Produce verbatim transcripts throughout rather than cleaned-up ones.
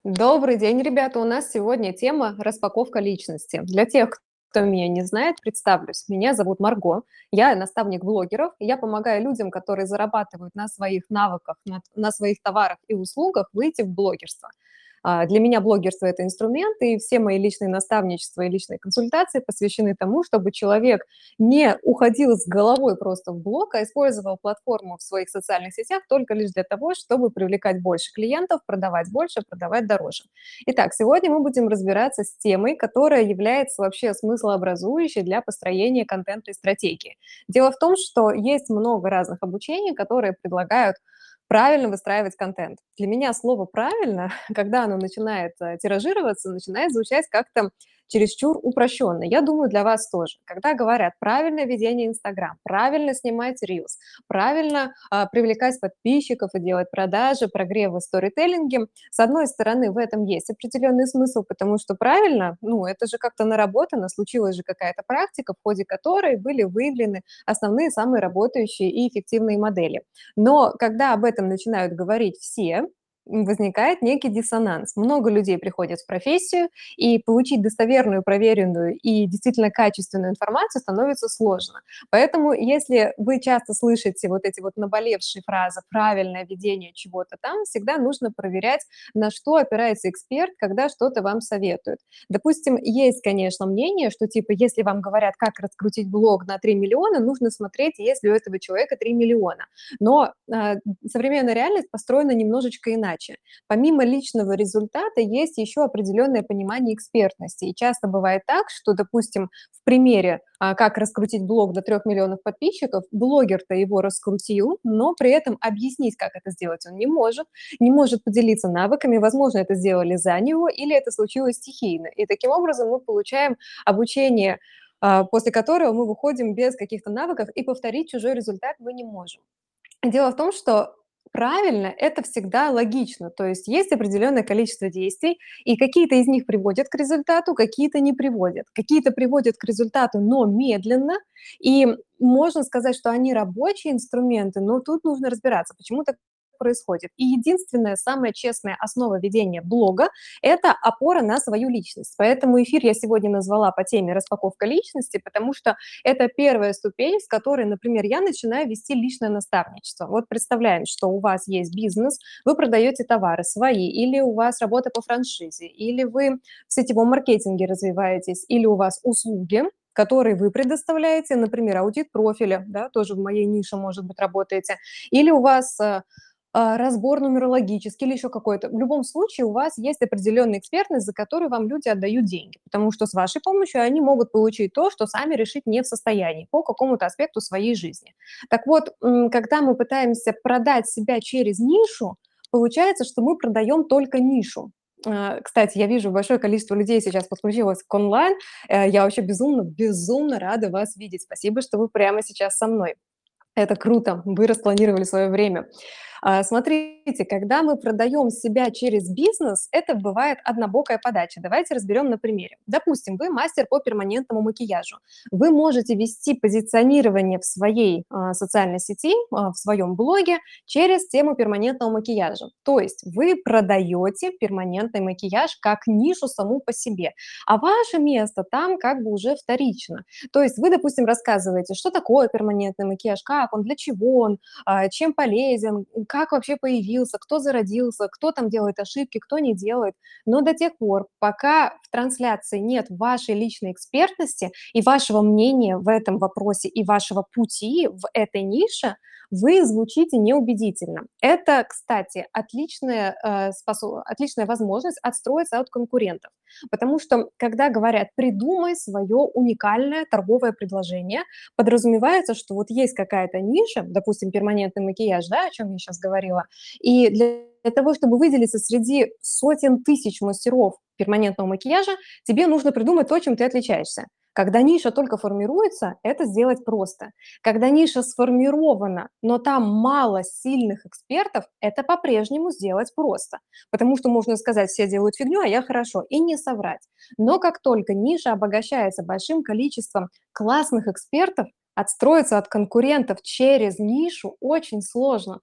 Добрый день, ребята! У нас сегодня тема распаковка личности. Для тех, кто меня не знает, представлюсь. Меня зовут Марго, я наставник блогеров. Я помогаю людям, которые зарабатывают на своих навыках, на, на своих товарах и услугах, выйти в блогерство. А, Для меня блогерство– это инструмент, и все мои личные наставничества и личные консультации посвящены тому, чтобы человек не уходил с головой просто в блог, а использовал платформу в своих социальных сетях только лишь для того, чтобы привлекать больше клиентов, продавать больше, продавать дороже. Итак, сегодня мы будем разбираться с темой, которая является вообще смыслообразующей для построения контента и стратегии. Дело в том, что есть много разных обучений, которые предлагают правильно выстраивать контент. Для меня слово «правильно», когда оно начинает э, тиражироваться, начинает звучать как-то чересчур упрощенно. Я думаю, для вас тоже. Когда говорят правильное ведение Инстаграм, правильно снимать рилс, правильно а, привлекать подписчиков и делать продажи, прогревы, сторителлинги, с одной стороны, в этом есть определенный смысл, потому что правильно, ну, это же как-то наработано, случилась же какая-то практика, в ходе которой были выявлены основные, самые работающие и эффективные модели. Но когда об этом начинают говорить все, м, возникает некий диссонанс. Много людей приходят в профессию, и получить достоверную, проверенную и действительно качественную информацию становится сложно. Поэтому, если вы часто слышите вот эти вот наболевшие фразы «правильное ведение чего-то там», всегда нужно проверять, на что опирается эксперт, когда что-то вам советует. Допустим, есть, конечно, мнение, что типа, если вам говорят, как раскрутить блог на три миллиона, нужно смотреть, есть ли у этого человека три миллиона. Но а, современная реальность построена немножечко иначе. Помимо личного результата есть еще определенное понимание экспертности. И часто бывает так, что, допустим, в примере, а, как раскрутить блог до трех миллионов подписчиков, блогер-то его раскрутил, но при этом объяснить, как это сделать, он не может, не может поделиться навыками, возможно, это сделали за него или это случилось стихийно. И таким образом мы получаем обучение, а, после которого мы выходим без каких-то навыков, и повторить чужой результат мы не можем. Дело в том, что правильно– это всегда логично, то есть есть определенное количество действий, и какие-то из них приводят к результату, какие-то не приводят. Какие-то приводят к результату, но медленно, и можно сказать, что они рабочие инструменты, но тут нужно разбираться, почему так происходит. И единственная, самая честная основа ведения блога– это опора на свою личность. Поэтому эфир я сегодня назвала по теме «Распаковка личности», потому что это первая ступень, с которой, например, я начинаю вести личное наставничество. Вот представляем, что у вас есть бизнес, вы продаете товары свои, или у вас работа по франшизе, или вы в сетевом маркетинге развиваетесь, или у вас услуги, которые вы предоставляете, например, аудит профиля, да, тоже в моей нише, может быть, работаете, или у вас э, а, разбор нумерологический или еще какой-то. В любом случае у вас есть определенная экспертность, за которую вам люди отдают деньги, потому что с вашей помощью они могут получить то, что сами решить не в состоянии по какому-то аспекту своей жизни. Так вот, м, когда мы пытаемся продать себя через нишу, получается, что мы продаем только нишу. А, Кстати, я вижу большое количество людей сейчас подключилось к онлайн. Э, Я вообще безумно, безумно рада вас видеть. Спасибо, что вы прямо сейчас со мной. Это круто, вы распланировали свое время. А, Смотрите, когда мы продаем себя через бизнес, это бывает однобокая подача. Давайте разберем на примере. Допустим, вы мастер по перманентному макияжу. Вы можете вести позиционирование в своей а, социальной сети, а, в своем блоге через тему перманентного макияжа. То есть вы продаете перманентный макияж как нишу саму по себе, а ваше место там как бы уже вторично. То есть вы, допустим, рассказываете, что такое перманентный макияж, как он, для чего он, а, чем полезен, как вообще появился, кто зародился, кто там делает ошибки, кто не делает. Но до тех пор, пока в трансляции нет вашей личной экспертности и вашего мнения в этом вопросе и вашего пути в этой нише, вы звучите неубедительно. Это, кстати, отличная, э, спосо- отличная возможность отстроиться от конкурентов. Потому что, когда говорят «придумай свое уникальное торговое предложение», подразумевается, что вот есть какая-то ниша, допустим, перманентный макияж, да, о чем я сейчас говорила, и для для того, чтобы выделиться среди сотен тысяч мастеров перманентного макияжа, тебе нужно придумать то, чем ты отличаешься. Когда ниша только формируется, это сделать просто. Когда ниша сформирована, но там мало сильных экспертов, это по-прежнему сделать просто. Потому что можно сказать, все делают фигню, а я хорошо, и не соврать. Но как только ниша обогащается большим количеством классных экспертов, отстроиться от конкурентов через нишу очень сложно.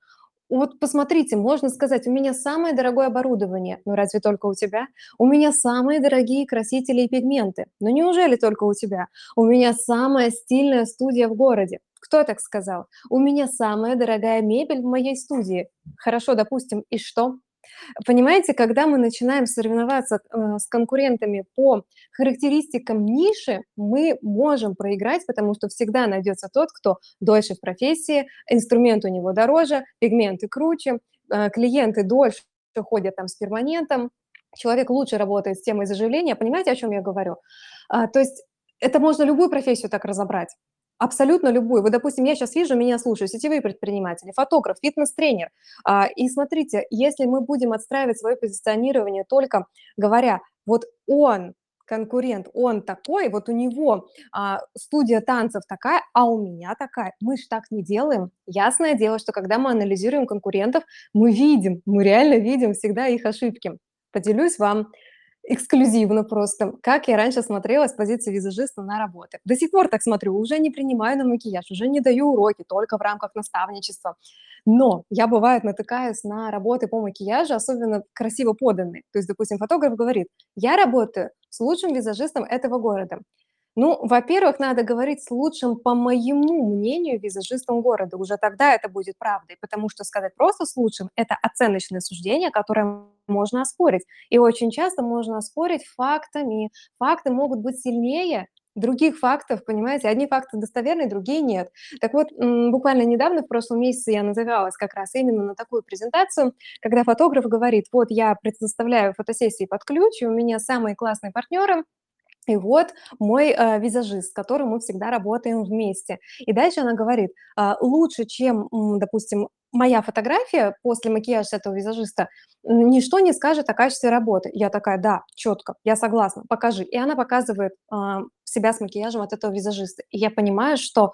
Вот посмотрите, можно сказать: "У меня самое дорогое оборудование". Ну, разве только у тебя? "У меня самые дорогие красители и пигменты". Ну, неужели только у тебя? "У меня самая стильная студия в городе". Кто так сказал? "У меня самая дорогая мебель в моей студии". Хорошо, допустим, и что? Понимаете, когда мы начинаем соревноваться, э, с конкурентами по характеристикам ниши, мы можем проиграть, потому что всегда найдется тот, кто дольше в профессии, инструмент у него дороже, пигменты круче, э, клиенты дольше ходят там с перманентом, человек лучше работает с темой заживления. Понимаете, о чем я говорю? А, то есть это можно любую профессию так разобрать. Абсолютно любую. Вот, допустим, я сейчас вижу, меня слушают сетевые предприниматели, фотограф, фитнес-тренер. А, и смотрите, если мы будем отстраивать свое позиционирование только говоря: "Вот он конкурент, он такой, вот у него, а, студия танцев такая, а у меня такая". Мы ж так не делаем. Ясное дело, что когда мы анализируем конкурентов, мы видим, мы реально видим всегда их ошибки. Поделюсь вам эксклюзивно просто, как я раньше смотрела с позиции визажиста на работы. До сих пор так смотрю, уже не принимаю на макияж, уже не даю уроки, только в рамках наставничества. Но я, бывает, натыкаюсь на работы по макияжу, особенно красиво поданные. То есть, допустим, фотограф говорит: "Я работаю с лучшим визажистом этого города". Ну, во-первых, надо говорить с лучшим, по моему мнению, визажистом города. Уже тогда это будет правдой, потому что сказать просто с лучшим– это оценочное суждение, которое можно оспорить. И очень часто можно оспорить фактами. Факты могут быть сильнее других фактов, понимаете? Одни факты достоверны, другие нет. Так вот, м, буквально недавно, в прошлом месяце, я называлась как раз именно на такую презентацию, когда фотограф говорит: "Вот я предоставляю фотосессии под ключ, и у меня самые классные партнеры, и вот мой, э, визажист, с которым мы всегда работаем вместе". И дальше она говорит: "А, лучше, чем, м, допустим, моя фотография после макияжа этого визажиста, м, ничто не скажет о качестве работы". Я такая: "Да, четко, я согласна, покажи". И она показывает, а, себя с макияжем от этого визажиста. И я понимаю, что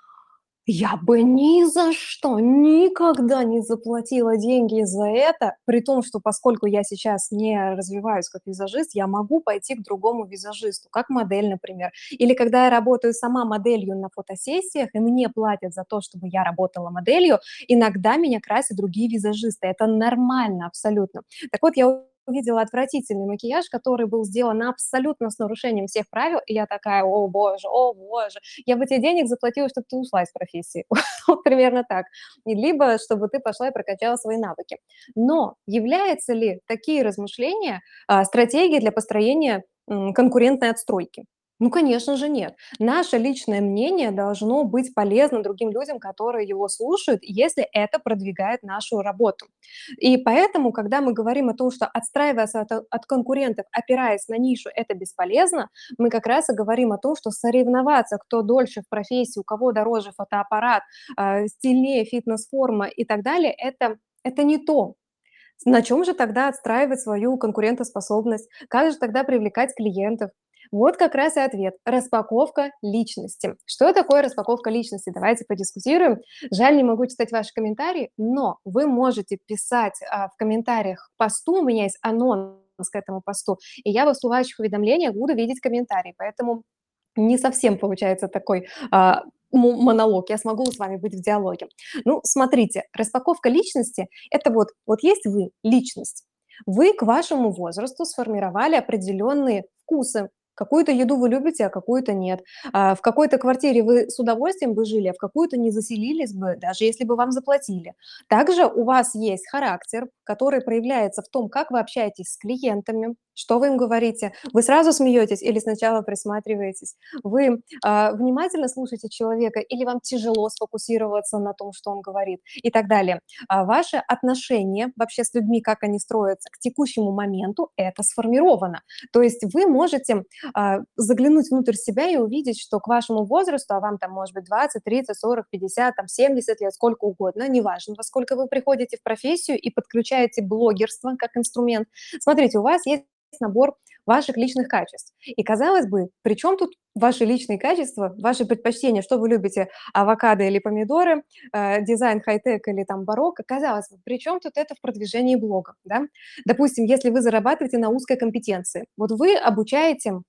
я бы ни за что, никогда не заплатила деньги за это, при том, что поскольку я сейчас не развиваюсь как визажист, я могу пойти к другому визажисту, как модель, например. Или когда я работаю сама моделью на фотосессиях, и мне платят за то, чтобы я работала моделью, иногда меня красят другие визажисты. Это нормально абсолютно. Так вот, я увидела отвратительный макияж, который был сделан абсолютно с нарушением всех правил, и я такая: "О боже, о боже, я бы тебе денег заплатила, чтобы ты ушла из профессии". Вот примерно так. И либо чтобы ты пошла и прокачала свои навыки. Но являются ли такие размышления, а, стратегией для построения, м, конкурентной отстройки? Ну, конечно же, нет. Наше личное мнение должно быть полезно другим людям, которые его слушают, если это продвигает нашу работу. И поэтому, когда мы говорим о том, что отстраиваться от, от конкурентов, опираясь на нишу, это бесполезно, мы как раз и говорим о том, что соревноваться, кто дольше в профессии, у кого дороже фотоаппарат, а, стильнее фитнес-форма и так далее, это, это не то. На чем же тогда отстраивать свою конкурентоспособность? Как же тогда привлекать клиентов? Вот как раз и ответ. Распаковка личности. Что такое распаковка личности? Давайте подискутируем. Жаль, не могу читать ваши комментарии, но вы можете писать а, в комментариях к посту. У меня есть анонс к этому посту, и я во всплывающих уведомлениях буду видеть комментарии. Поэтому не совсем получается такой а, мо- монолог. Я смогу с вами быть в диалоге. Ну, смотрите, распаковка личности– это вот, вот есть вы, личность. Вы к вашему возрасту сформировали определенные вкусы. Какую-то еду вы любите, а какую-то нет. А, В какой-то квартире вы с удовольствием бы жили, а в какую-то не заселились бы, даже если бы вам заплатили. Также у вас есть характер, который проявляется в том, как вы общаетесь с клиентами, что вы им говорите. Вы сразу смеетесь или сначала присматриваетесь? Вы а, внимательно слушаете человека или вам тяжело сфокусироваться на том, что он говорит и так далее. А, Ваше отношение вообще с людьми, как они строятся к текущему моменту, это сформировано. То есть вы можете а, заглянуть внутрь себя и увидеть, что к вашему возрасту, а вам там может быть двадцать, тридцать, сорок, пятьдесят, там семьдесят лет, сколько угодно, неважно, во сколько вы приходите в профессию и подключаете блогерство как инструмент. Смотрите, у вас есть набор ваших личных качеств. И казалось бы, при чем тут ваши личные качества, ваши предпочтения, что вы любите, авокадо или помидоры, э, дизайн хай-тек или там барокко, казалось бы, при чем тут это в продвижении блога, да? Допустим, если вы зарабатываете на узкой компетенции, вот вы обучаете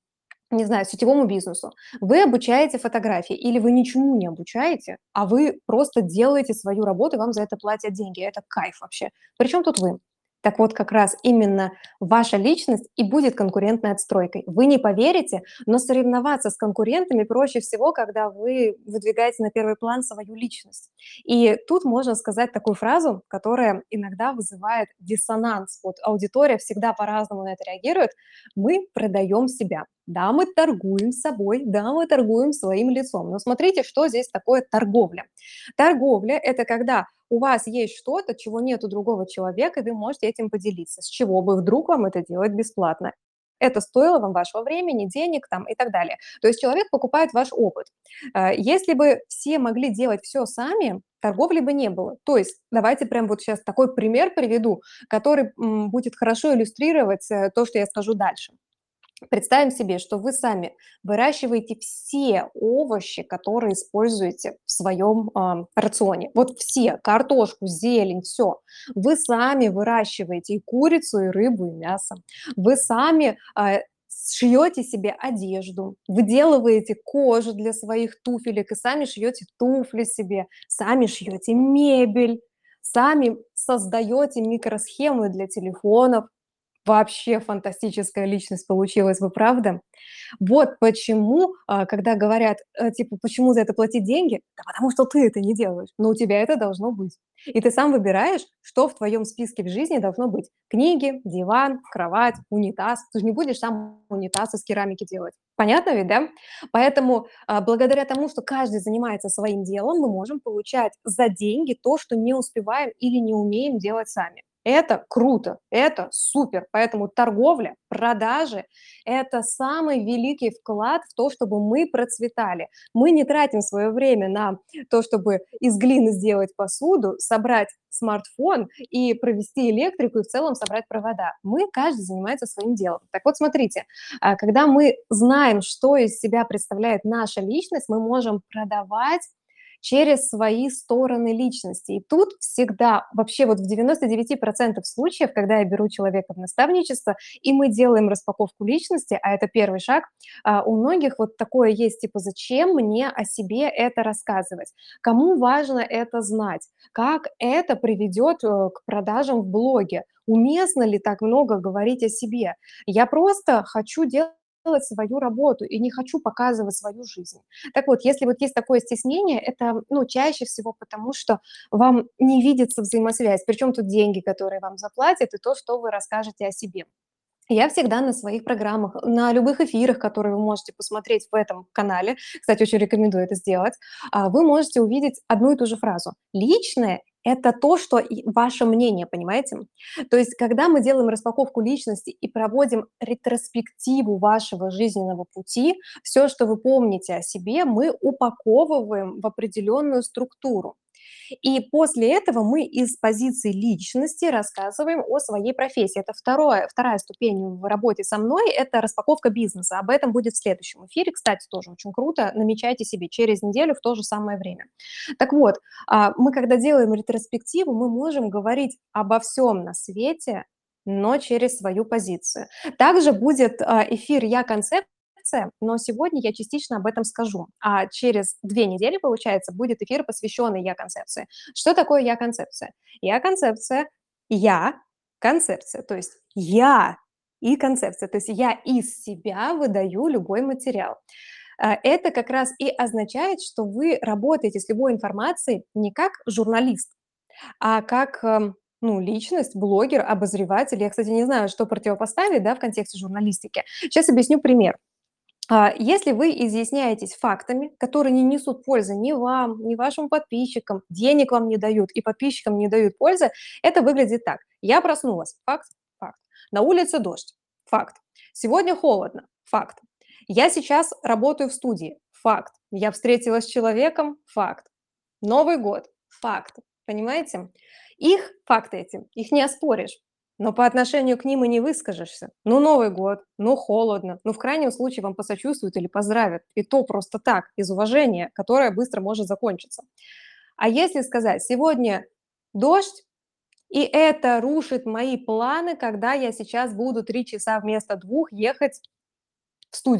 не знаю, сетевому бизнесу. Вы обучаете фотографии или вы ничему не обучаете, а вы просто делаете свою работу, и вам за это платят деньги. Это кайф вообще. Причем тут вы? Так вот, как раз именно ваша личность и будет конкурентной отстройкой. Вы не поверите, но соревноваться с конкурентами проще всего, когда вы выдвигаете на первый план свою личность. И тут можно сказать такую фразу, которая иногда вызывает диссонанс. Вот аудитория всегда по-разному на это реагирует. Мы продаем себя. Да, мы торгуем собой, да, мы торгуем своим лицом. Но смотрите, что здесь такое торговля. Торговля– это когда у вас есть что-то, чего нет у другого человека, и вы можете этим поделиться. С чего бы вдруг вам это делать бесплатно? Это стоило вам вашего времени, денег там и так далее. То есть человек покупает ваш опыт. Э, Если бы все могли делать все сами, торговли бы не было. То есть давайте прям вот сейчас такой пример приведу, который м, будет хорошо иллюстрировать э, то, что я скажу дальше. Представим себе, что вы сами выращиваете все овощи, которые используете в своем ам, рационе. Вот все, картошку, зелень, все. Вы сами выращиваете и курицу, и рыбу, и мясо. Вы сами а, шьете себе одежду, выделываете кожу для своих туфелек и сами шьете туфли себе, сами шьете мебель, сами создаете микросхемы для телефонов. Вообще фантастическая личность получилась, вы правда? Вот почему, а, когда говорят, э, типа: "Почему за это платить деньги?" Да потому что ты это не делаешь, но у тебя это должно быть. И ты сам выбираешь, что в твоем списке в жизни должно быть: книги, диван, кровать, унитаз. Ты же не будешь сам унитаз из керамики делать. Понятно ведь, да? Поэтому, а, благодаря тому, что каждый занимается своим делом, мы можем получать за деньги то, что не успеваем или не умеем делать сами. Это круто, это супер. Поэтому торговля, продажи– это самый великий вклад в то, чтобы мы процветали. Мы не тратим свое время на то, чтобы из глины сделать посуду, собрать смартфон и провести электрику и в целом собрать провода. Мы, каждый занимается своим делом. Так вот, смотрите, а, когда мы знаем, что из себя представляет наша личность, мы можем продавать через свои стороны личности. И тут всегда, вообще вот в девяноста девяти процентах случаев, когда я беру человека в наставничество, и мы делаем распаковку личности, а это первый шаг, а, у многих вот такое есть, типа, зачем мне о себе это рассказывать? Кому важно это знать? Как это приведет э, к продажам в блоге? Уместно ли так много говорить о себе? Я просто хочу делать свою работу и не хочу показывать свою жизнь. Так вот, если вот есть такое стеснение, это, ну, чаще всего потому, что вам не видится взаимосвязь. Причем тут деньги, которые вам заплатят, и то, что вы расскажете о себе. Я всегда на своих программах, на любых эфирах, которые вы можете посмотреть в этом канале, кстати, очень рекомендую это сделать, а, вы можете увидеть одну и ту же фразу. Личное– это то, что и ваше мнение, понимаете? То есть, когда мы делаем распаковку личности и проводим ретроспективу вашего жизненного пути, все, что вы помните о себе, мы упаковываем в определенную структуру. И после этого мы из позиции личности рассказываем о своей профессии. Это второе, вторая ступень в работе со мной– это распаковка бизнеса. Об этом будет в следующем эфире. Кстати, тоже очень круто. Намечайте себе через неделю в то же самое время. Так вот, а, мы когда делаем ретроспективу, мы можем говорить обо всем на свете, но через свою позицию. Также будет а, эфир «Я концепт», но сегодня я частично об этом скажу. А через две недели, получается, будет эфир, посвященный я-концепции. Что такое я-концепция? Я-концепция– я концепция, то есть я и концепция, то есть я из себя выдаю любой материал. А, Это как раз и означает, что вы работаете с любой информацией не как журналист, а как эм, ну, личность, блогер, обозреватель. Я, кстати, не знаю, что противопоставить, да, в контексте журналистики. Сейчас объясню пример. А, Если вы изъясняетесь фактами, которые не несут пользы ни вам, ни вашим подписчикам, денег вам не дают и подписчикам не дают пользы, это выглядит так. Я проснулась. Факт. Факт. На улице дождь. Факт. Сегодня холодно. Факт. Я сейчас работаю в студии. Факт. Я встретилась с человеком. Факт. Новый год. Факт. Понимаете? Их факты эти, их не оспоришь. Но по отношению к ним и не выскажешься. Ну, Новый год, ну, холодно, ну, в крайнем случае вам посочувствуют или поздравят. И то просто так, из уважения, которое быстро может закончиться. А если сказать, сегодня дождь, и это рушит мои планы, когда я сейчас буду три часа вместо двух ехать в студию.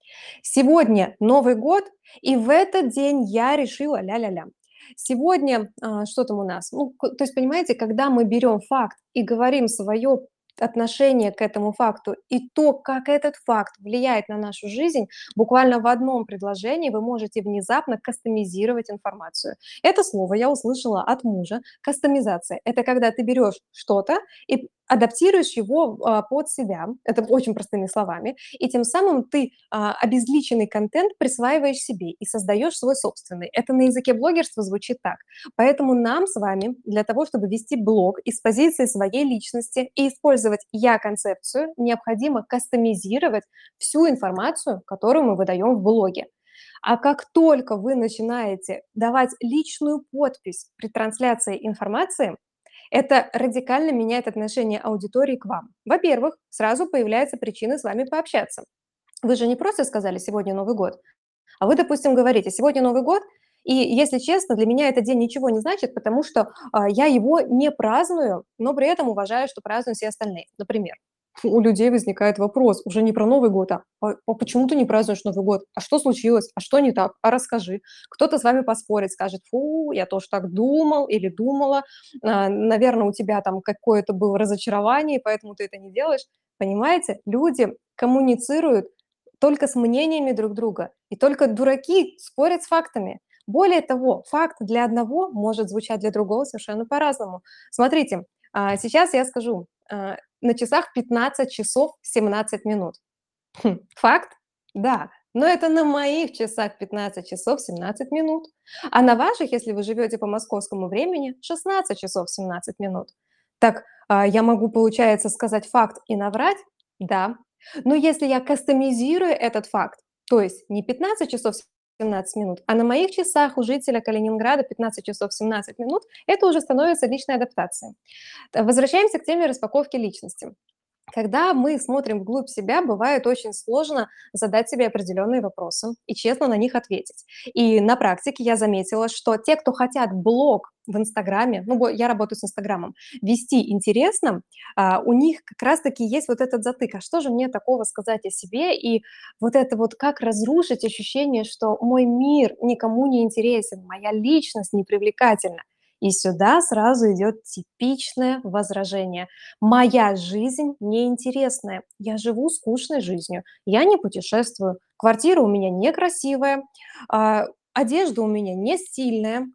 Сегодня Новый год, и в этот день я решила ля-ля-ля. Сегодня, а, что там у нас? Ну, к то есть, понимаете, когда мы берем факт и говорим свое отношение к этому факту и то, как этот факт влияет на нашу жизнь, буквально в одном предложении вы можете внезапно кастомизировать информацию. Это слово я услышала от мужа. Кастомизация — это когда ты берешь что-то и адаптируешь его, а, под себя. Это очень простыми словами. И тем самым ты а, обезличенный контент присваиваешь себе и создаешь свой собственный. Это на языке блогерства звучит так. Поэтому нам с вами для того, чтобы вести блог из позиции своей личности и использовать я-концепцию, необходимо кастомизировать всю информацию, которую мы выдаем в блоге. А как только вы начинаете давать личную подпись при трансляции информации, это радикально меняет отношение аудитории к вам. Во-первых, сразу появляется причина с вами пообщаться. Вы же не просто сказали: "Сегодня Новый год", а вы, допустим, говорите: "Сегодня Новый год, и, если честно, для меня этот день ничего не значит, потому что, а, я его не праздную, но при этом уважаю, что празднуют все остальные". Например. У людей возникает вопрос уже не про Новый год, а: "А а почему ты не празднуешь Новый год? А что случилось? А что не так? А расскажи". Кто-то с вами поспорит, скажет: "Фу, я тоже так думал или думала, а, наверно, у тебя там какое-то было разочарование, поэтому ты это не делаешь". Понимаете, люди коммуницируют только с мнениями друг друга, и только дураки спорят с фактами. Более того, факт для одного может звучать для другого совершенно по-разному. Смотрите, а, сейчас я скажу, а, на часах пятнадцать часов семнадцать минут. Хм, факт? Да, но это на моих часах пятнадцать часов семнадцать минут, а на ваших, если вы живете по московскому времени, шестнадцать часов семнадцать минут. Так, а, я могу, получается, сказать факт и наврать? Да. Но если я кастомизирую этот факт, то есть не пятнадцать часов семнадцать минут, а на моих часах у жителя Калининграда пятнадцать часов семнадцать минут, это уже становится личной адаптацией. Т возвращаемся к теме распаковки личности. Когда мы смотрим вглубь себя, бывает очень сложно задать себе определенные вопросы и честно на них ответить. И на практике я заметила, что те, кто хотят блог в "Инстаграме", ну, бо я работаю с "Инстаграмом", вести интересно, а, у них как раз таки есть вот этот затык: "А что же мне такого сказать о себе?" И вот это вот как разрушить ощущение, что мой мир никому не интересен, моя личность не привлекательна. И сюда сразу идет типичное возражение: "Моя жизнь неинтересная, я живу скучной жизнью, я не путешествую, квартира у меня некрасивая, а, одежда у меня не стильная,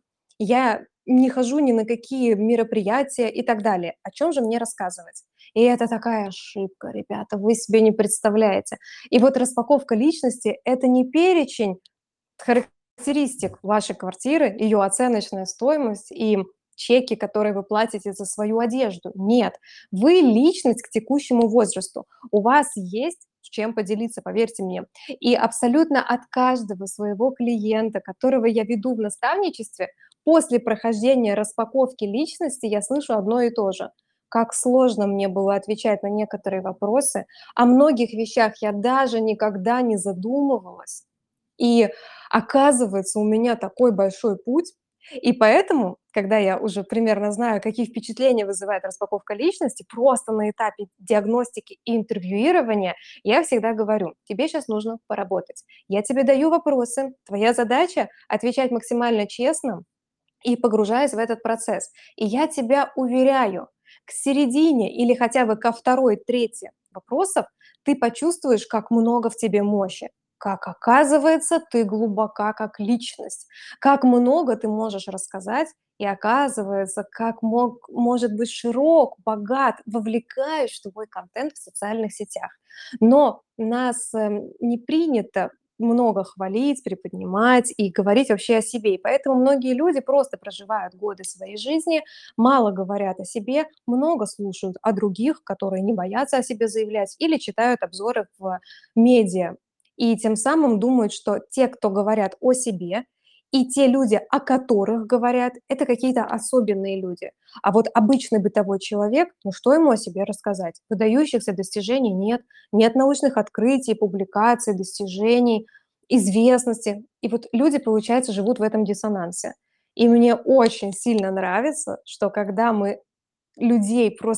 я не хожу ни на какие мероприятия" и так далее. О чем же мне рассказывать? И это такая ошибка, ребята, вы себе не представляете. И вот распаковка личности — это не перечень характеристик вашей квартиры, ее оценочная стоимость и чеки, которые вы платите за свою одежду. Нет, вы личность к текущему возрасту. У вас есть с чем поделиться, поверьте мне. И абсолютно от каждого своего клиента, которого я веду в наставничестве, после прохождения распаковки личности я слышу одно и то же: "Как сложно мне было отвечать на некоторые вопросы, о многих вещах я даже никогда не задумывалась". И оказывается, у меня такой большой путь. И поэтому, когда я уже примерно знаю, какие впечатления вызывает распаковка личности, просто на этапе диагностики и интервьюирования, я всегда говорю: "Тебе сейчас нужно поработать. Я тебе даю вопросы, твоя задача — отвечать максимально честно и погружаясь в этот процесс. И я тебя уверяю, к середине или хотя бы ко второй трети вопросов ты почувствуешь, как много в тебе мощи, как, оказывается, ты глубока как личность, как много ты можешь рассказать, и, оказывается, как мог может быть широк, богат, вовлекающий твой контент в социальных сетях. Но нас, эм, не принято много хвалить, приподнимать и говорить вообще о себе. И поэтому многие люди просто проживают годы своей жизни, мало говорят о себе, много слушают о других, которые не боятся о себе заявлять, или читают обзоры в медиа. И тем самым думают, что те, кто говорят о себе, и те люди, о которых говорят, это какие-то особенные люди. А вот обычный бытовой человек, ну что ему о себе рассказать? Выдающихся достижений нет, нет научных открытий, публикаций, достижений, известности. И вот люди, получается, живут в этом диссонансе. И мне очень сильно нравится, что когда мы людей просто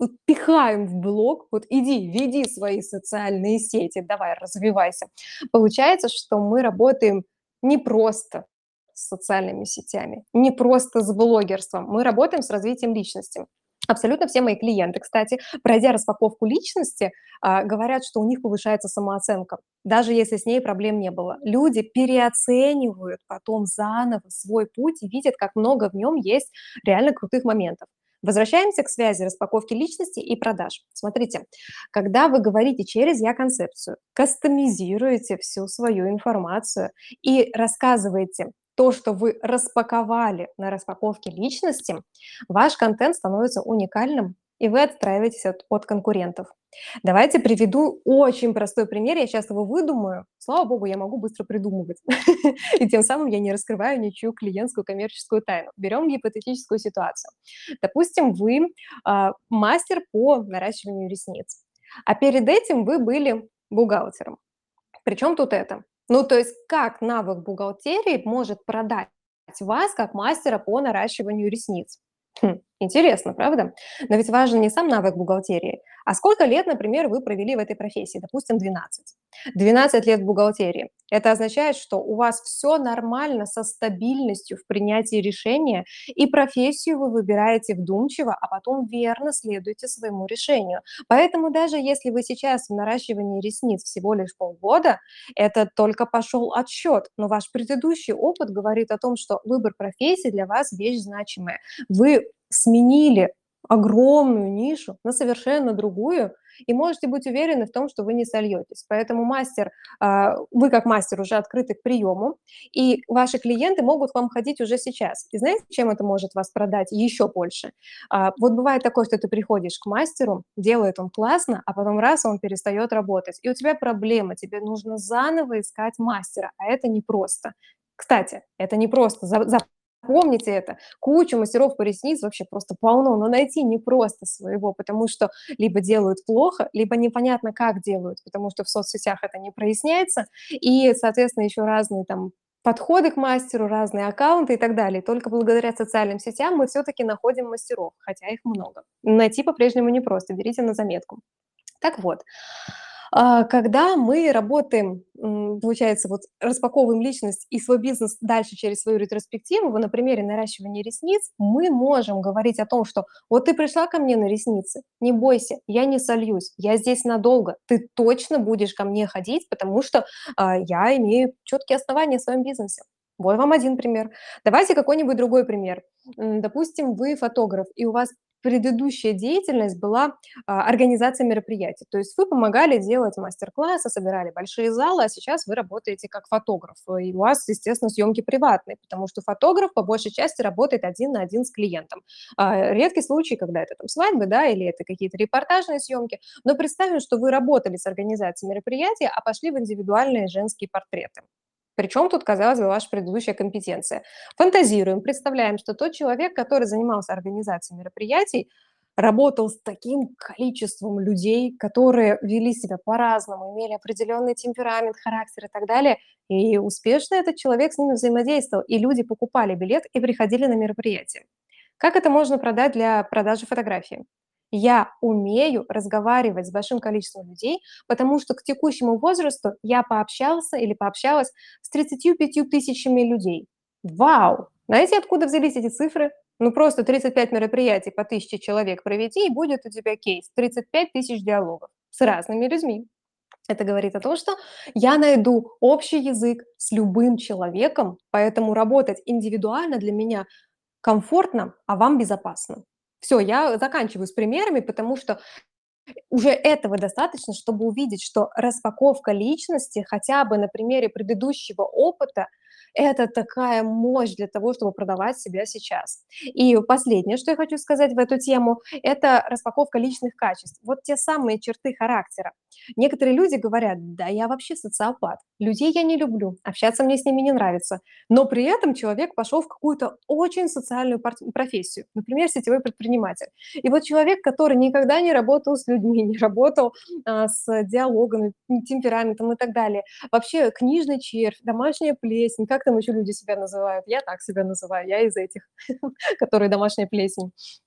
вот пихаем в блог, вот иди, веди свои социальные сети, давай, развивайся. Получается, что мы работаем не просто с социальными сетями, не просто с блогерством, мы работаем с развитием личности. Абсолютно все мои клиенты, кстати, пройдя распаковку личности, а, говорят, что у них повышается самооценка, даже если с ней проблем не было. Люди переоценивают потом заново свой путь и видят, как много в нем есть реально крутых моментов. Возвращаемся к связи распаковки личности и продаж. Смотрите, когда вы говорите через «я-концепцию», кастомизируете всю свою информацию и рассказываете то, что вы распаковали на распаковке личности, ваш контент становится уникальным, и вы отстраиваетесь от, от конкурентов. Давайте приведу очень простой пример. Я сейчас его выдумаю. Слава богу, я могу быстро придумывать. И тем самым я не раскрываю ничью клиентскую коммерческую тайну. Берем гипотетическую ситуацию. Допустим, вы а, мастер по наращиванию ресниц, а перед этим вы были бухгалтером. Причем тут это? Ну, то есть как навык бухгалтерии может продать вас как мастера по наращиванию ресниц? Хм, интересно, правда? Но ведь важен не сам навык бухгалтерии, а сколько лет, например, вы провели в этой профессии, допустим, двенадцать. двенадцать лет в бухгалтерии. Это означает, что у вас все нормально со стабильностью в принятии решения, и профессию вы выбираете вдумчиво, а потом верно следуете своему решению. Поэтому даже если вы сейчас в наращивании ресниц всего лишь полгода, это только пошел отсчет, но ваш предыдущий опыт говорит о том, что выбор профессии для вас вещь значимая. Вы сменили огромную нишу на совершенно другую и можете быть уверены в том, что вы не сольетесь. Поэтому мастер, а, вы как мастер уже открыты к приему, и ваши клиенты могут к вам ходить уже сейчас. И знаете, чем это может вас продать еще больше? А, вот бывает такое, что ты приходишь к мастеру, делает он классно, а потом раз, он перестает работать. И у тебя проблема, тебе нужно заново искать мастера, а это непросто. Кстати, это непросто, за- запомните это. Кучу мастеров по ресниц вообще просто полно, но найти непросто своего, потому что либо делают плохо, либо непонятно, как делают, потому что в соцсетях это не проясняется, и, соответственно, еще разные там подходы к мастеру, разные аккаунты и так далее. Только благодаря социальным сетям мы все-таки находим мастеров, хотя их много. Найти по-прежнему непросто, берите на заметку. Так вот, а, когда мы работаем, м, получается, вот распаковываем личность и свой бизнес дальше через свою ретроспективу, вот на примере наращивания ресниц, мы можем говорить о том, что вот ты пришла ко мне на ресницы, не бойся, я не сольюсь, я здесь надолго, ты точно будешь ко мне ходить, потому что а, я имею четкие основания в своем бизнесе. Вот вам один пример. Давайте какой-нибудь другой пример. М, Допустим, вы фотограф, и у вас предыдущая деятельность была а, организация мероприятий. То есть вы помогали делать мастер-классы, собирали большие залы, а сейчас вы работаете как фотограф. И у вас, естественно, съемки приватные, потому что фотограф по большей части работает один на один с клиентом. А, редкий случай, когда это там свадьбы, да, или это какие-то репортажные съемки. Но представим, что вы работали с организацией мероприятия, а пошли в индивидуальные женские портреты. Причем тут, казалось бы, ваша предыдущая компетенция. Фантазируем, представляем, что тот человек, который занимался организацией мероприятий, работал с таким количеством людей, которые вели себя по-разному, имели определенный темперамент, характер и так далее. И успешно этот человек с ними взаимодействовал, и люди покупали билет и приходили на мероприятие. Как это можно продать для продажи фотографии? Я умею разговаривать с большим количеством людей, потому что к текущему возрасту я пообщался или пообщалась с тридцатью пятью тысячами людей. Вау! Знаете, откуда взялись эти цифры? Ну, просто тридцать пять мероприятий по тысяче человек проведи, и будет у тебя кейс. тридцать пять тысяч диалогов с разными людьми. Это говорит о том, что я найду общий язык с любым человеком, поэтому работать индивидуально для меня комфортно, а вам безопасно. Все, я заканчиваю с примерами, потому что уже этого достаточно, чтобы увидеть, что распаковка личности хотя бы на примере предыдущего опыта — это такая мощь для того, чтобы продавать себя сейчас. И последнее, что я хочу сказать в эту тему, это распаковка личных качеств. Вот те самые черты характера. Некоторые люди говорят: да, я вообще социопат, людей я не люблю, общаться мне с ними не нравится. Но при этом человек пошел в какую-то очень социальную пар- профессию, например, сетевой предприниматель. И вот человек, который никогда не работал с людьми, не работал а, с диалогами, темпераментом и так далее, вообще книжный червь, домашняя плесень, как там еще люди себя называют? Я так себя называю, я из этих, которые домашняя плесень.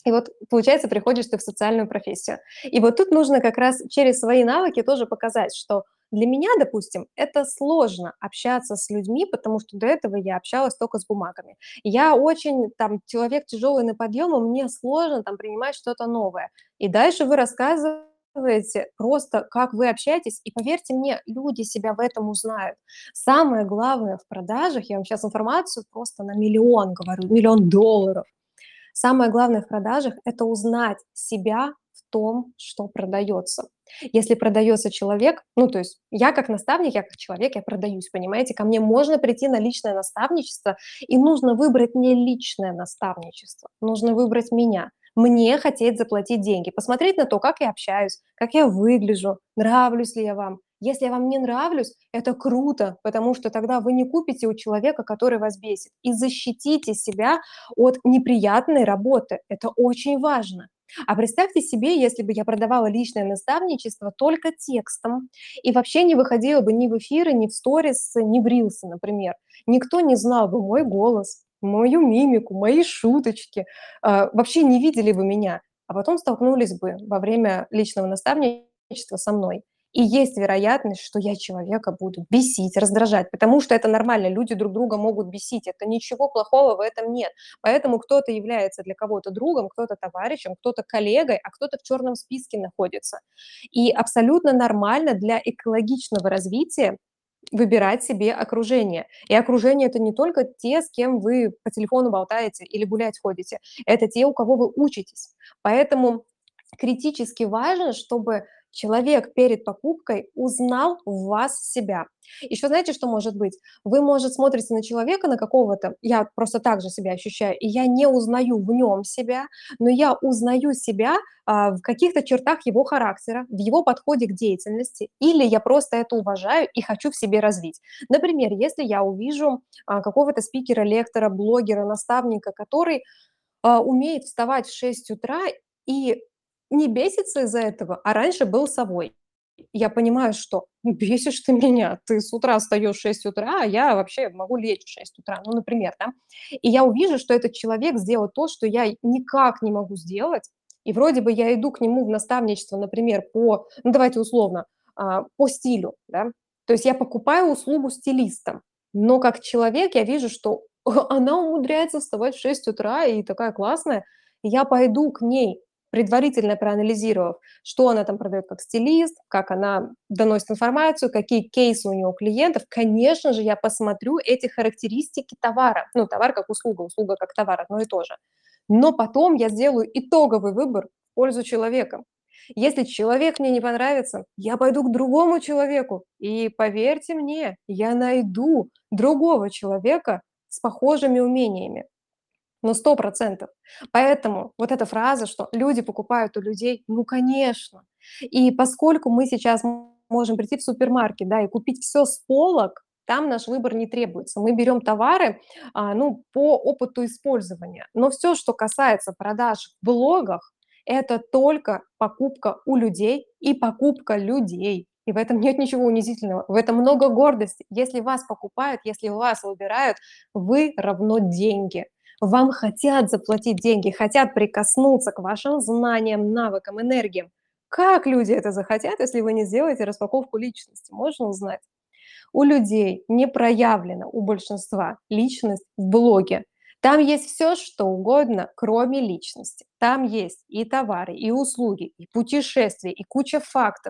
И вот, получается, приходишь ты в социальную профессию. И вот тут нужно как раз через свои навыки тоже показать, что для меня, допустим, это сложно общаться с людьми, потому что до этого я общалась только с бумагами. Я очень там человек тяжелый на подъем, и мне сложно там принимать что-то новое. И дальше вы рассказываете просто, как вы общаетесь, и поверьте мне, люди себя в этом узнают. Самое главное в продажах, я вам сейчас информацию просто на миллион говорю, миллион долларов. Самое главное в продажах — это узнать себя в том, что продается. Если продается человек, ну, то есть я как наставник, я как человек, я продаюсь, понимаете? Ко мне можно прийти на личное наставничество, и нужно выбрать не личное наставничество, нужно выбрать меня. Мне хотеть заплатить деньги, посмотреть на то, как я общаюсь, как я выгляжу, нравлюсь ли я вам. Если я вам не нравлюсь, это круто, потому что тогда вы не купите у человека, который вас бесит, и защитите себя от неприятной работы. Это очень важно. А представьте себе, если бы я продавала личное наставничество только текстом и вообще не выходила бы ни в эфиры, ни в сторис, ни в рилсы, например. Никто не знал бы мой голос, мою мимику, мои шуточки, а, вообще не видели бы меня, а потом столкнулись бы во время личного наставничества со мной. И есть вероятность, что я человека буду бесить, раздражать, потому что это нормально, люди друг друга могут бесить, это ничего плохого в этом нет. Поэтому кто-то является для кого-то другом, кто-то товарищем, кто-то коллегой, а кто-то в черном списке находится. И абсолютно нормально для экологичного развития выбирать себе окружение. И окружение — это не только те, с кем вы по телефону болтаете или гулять ходите, это те, у кого вы учитесь. Поэтому критически важно, чтобы человек перед покупкой узнал в вас себя. Еще знаете, что может быть? Вы, может, смотрите на человека, на какого-то, я просто так же себя ощущаю, и я не узнаю в нем себя, но я узнаю себя а, в каких-то чертах его характера, в его подходе к деятельности, или я просто это уважаю и хочу в себе развить. Например, если я увижу а, какого-то спикера, лектора, блогера, наставника, который а, умеет вставать в шесть утра и не бесится из-за этого, а раньше был совой. Я понимаю, что ну, бесишь ты меня, ты с утра встаешь в шесть утра, а я вообще могу лечь в шесть утра, ну, например, да. И я увижу, что этот человек сделал то, что я никак не могу сделать, и вроде бы я иду к нему в наставничество, например, по, ну, давайте условно, а, по стилю, да, то есть я покупаю услугу стилиста, но как человек я вижу, что она умудряется вставать в шесть утра и такая классная, и я пойду к ней, предварительно проанализировав, что она там продает как стилист, как она доносит информацию, какие кейсы у нее у клиентов. Конечно же, я посмотрю эти характеристики товара. Ну, товар как услуга, услуга как товар, одно и то же. Но потом я сделаю итоговый выбор в пользу человека. Если человек мне не понравится, я пойду к другому человеку. И поверьте мне, я найду другого человека с похожими умениями. Ну, сто процентов. Поэтому вот эта фраза, что люди покупают у людей, ну, конечно. И поскольку мы сейчас м можем прийти в супермаркет, да, и купить все с полок, там наш выбор не требуется. Мы берем товары, а, ну, по опыту использования. Но все, что касается продаж в блогах, это только покупка у людей и покупка людей. И в этом нет ничего унизительного. В этом много гордости. Если вас покупают, если вас выбирают, вы равно деньги. Вам хотят заплатить деньги, хотят прикоснуться к вашим знаниям, навыкам, энергиям. Как люди это захотят, если вы не сделаете распаковку личности? Можно узнать? У людей не проявлена, у большинства, личность в блоге. Там есть все, что угодно, кроме личности. Там есть и товары, и услуги, и путешествия, и куча фактов.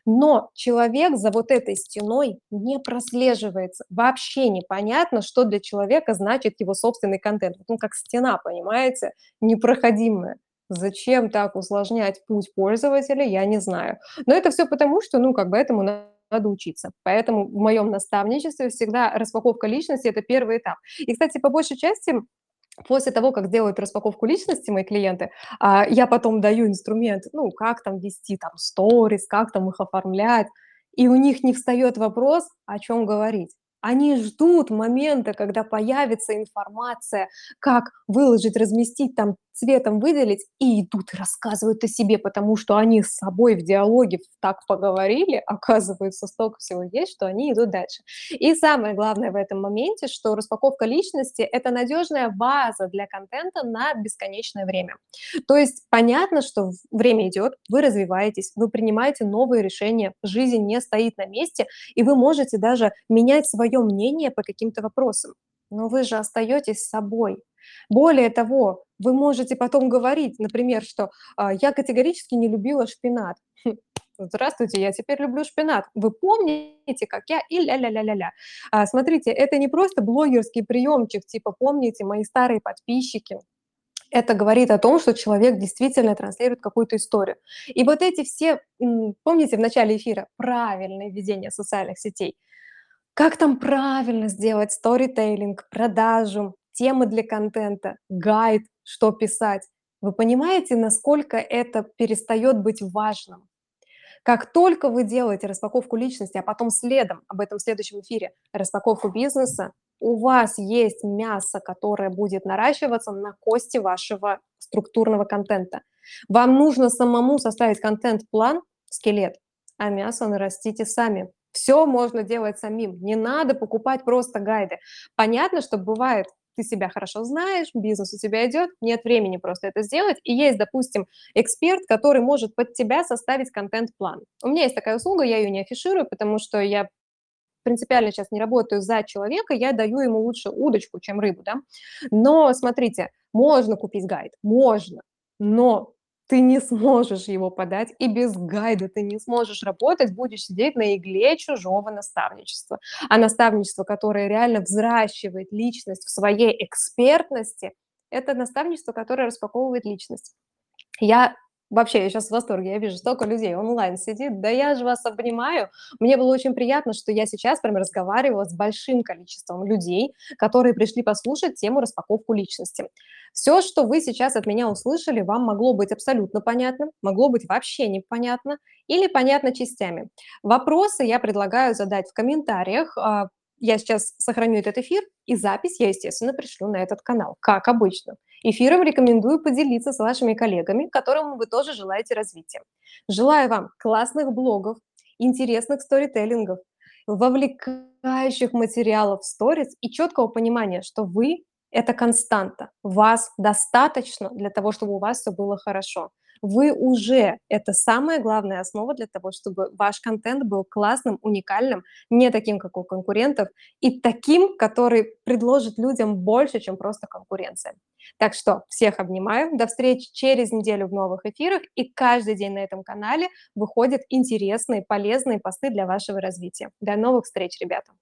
Но человек за вот этой стеной не прослеживается. Вообще непонятно, что для человека значит его собственный контент. Вот он как стена, понимаете, непроходимая. Зачем так усложнять путь пользователя, я не знаю. Но это все потому, что, ну, как бы этому надо учиться. Поэтому в моем наставничестве всегда распаковка личности — это первый этап. И, кстати, по большей части после того, как делают распаковку личности мои клиенты, а, я потом даю инструмент, ну, как там вести там сторис, как там их оформлять, и у них не встает вопрос, о чем говорить. Они ждут момента, когда появится информация, как выложить, разместить там цветом выделить и идут и рассказывают о себе, потому что они с собой в диалоге так поговорили, оказывается, столько всего есть, что они идут дальше. И самое главное в этом моменте, что распаковка личности– это надежная база для контента на бесконечное время. То есть понятно, что в- время идет, вы развиваетесь, вы принимаете новые решения, жизнь не стоит на месте, и вы можете даже менять свое мнение по каким-то вопросам. Но вы же остаетесь собой. Более того, вы можете потом говорить, например, что а, я категорически не любила шпинат. Хм, Здравствуйте, я теперь люблю шпинат. Вы помните, как я и ля-ля-ля-ля-ля. А, смотрите, это не просто блогерский приемчик, типа помните мои старые подписчики. Это говорит о том, что человек действительно транслирует какую-то историю. И вот эти все, м, помните в начале эфира, правильное ведение социальных сетей, как там правильно сделать сторителлинг, продажу, темы для контента, гайд, что писать. Вы понимаете, насколько это перестает быть важным? Как только вы делаете распаковку личности, а потом следом, об этом в следующем эфире, распаковку бизнеса, у вас есть мясо, которое будет наращиваться на кости вашего структурного контента. Вам нужно самому составить контент-план, скелет, а мясо нарастите сами. Все можно делать самим. Не надо покупать просто гайды. Понятно, что бывает, ты себя хорошо знаешь, бизнес у тебя идет, нет времени просто это сделать. И есть, допустим, эксперт, который может под тебя составить контент-план. У меня есть такая услуга, я ее не афиширую, потому что я принципиально сейчас не работаю за человека, я даю ему лучше удочку, чем рыбу, да. Но смотрите, можно купить гайд, можно, но ты не сможешь его подать, и без гайда ты не сможешь работать, будешь сидеть на игле чужого наставничества. А наставничество, которое реально взращивает личность в своей экспертности, это наставничество, которое распаковывает личность. Я вообще, я сейчас в восторге, я вижу столько людей онлайн сидит, да я же вас обнимаю. Мне было очень приятно, что я сейчас прям разговаривала с большим количеством людей, которые пришли послушать тему распаковку личности. Все, что вы сейчас от меня услышали, вам могло быть абсолютно понятно, могло быть вообще непонятно или понятно частями. Вопросы я предлагаю задать в комментариях. а, Я сейчас сохраню этот эфир, и запись я, естественно, пришлю на этот канал, как обычно. Эфиром рекомендую поделиться с вашими коллегами, которым вы тоже желаете развития. Желаю вам классных блогов, интересных сторителлингов, вовлекающих материалов в сторис и четкого понимания, что вы– это константа. Вас достаточно для того, чтобы у вас все было хорошо. Вы уже– это самая главная основа для того, чтобы ваш контент был классным, уникальным, не таким, как у конкурентов, и таким, который предложит людям больше, чем просто конкуренция. Так что всех обнимаю. До встречи через неделю в новых эфирах. И каждый день на этом канале выходят интересные, полезные посты для вашего развития. До новых встреч, ребята!